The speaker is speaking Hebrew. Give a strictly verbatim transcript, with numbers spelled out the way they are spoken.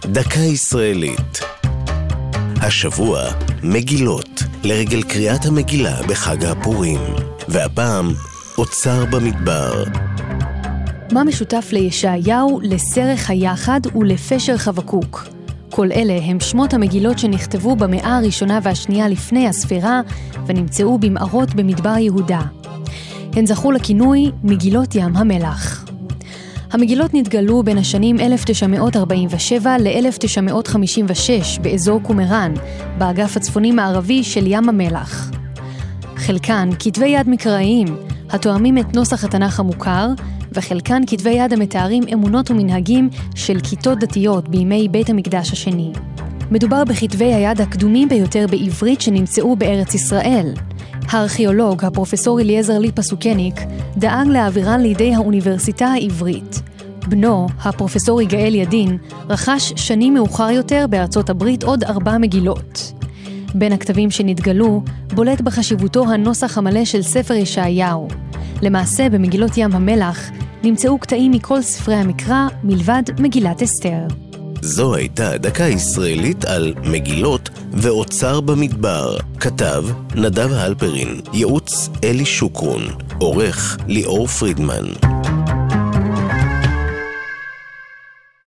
דקה ישראלית. השבוע מגילות, לרגל קריאת המגילה בחג הפורים. והפעם אוצר במדבר. מה משותף לישעיהו, לסרך היחד ולפשר חבקוק? כל אלה הם שמות המגילות שנכתבו במאה הראשונה והשנייה לפני הספירה ונמצאו במערות במדבר יהודה. הן זכו לכינוי מגילות ים המלח. המגילות נתגלו בין השנים אלף תשע מאות ארבעים ושבע ל-אלף תשע מאות חמישים ושש באזור קומראן, באגף הצפוני מערבי של ים המלח. חלקן כתבי יד מקראיים, התואמים את נוסח התנ"ך המוכר, וחלקן כתבי יד המתארים אמונות ומנהגים של כיתות דתיות בימי בית המקדש השני. מדובר בכתבי היד הקדומים ביותר בעברית שנמצאו בארץ ישראל. הארכיאולוג, הפרופסור אליעזר ליפה סוכניק, דאג להעבירן לידי האוניברסיטה העברית. בנו, הפרופסור יגאל ידין, רכש שנים מאוחר יותר בארצות הברית עוד ארבע מגילות. בין הכתבים שנתגלו, בולט בחשיבותו הנוסח המלא של ספר ישעיהו. למעשה, במגילות ים המלח נמצאו קטעים מכל ספרי המקרא מלבד מגילת אסתר. זו הייתה דקה ישראלית על מגילות ואוצר במדבר. כתב נדב הלפרין, ייעוץ אלי שוקרון, עורך ליאור פרידמן.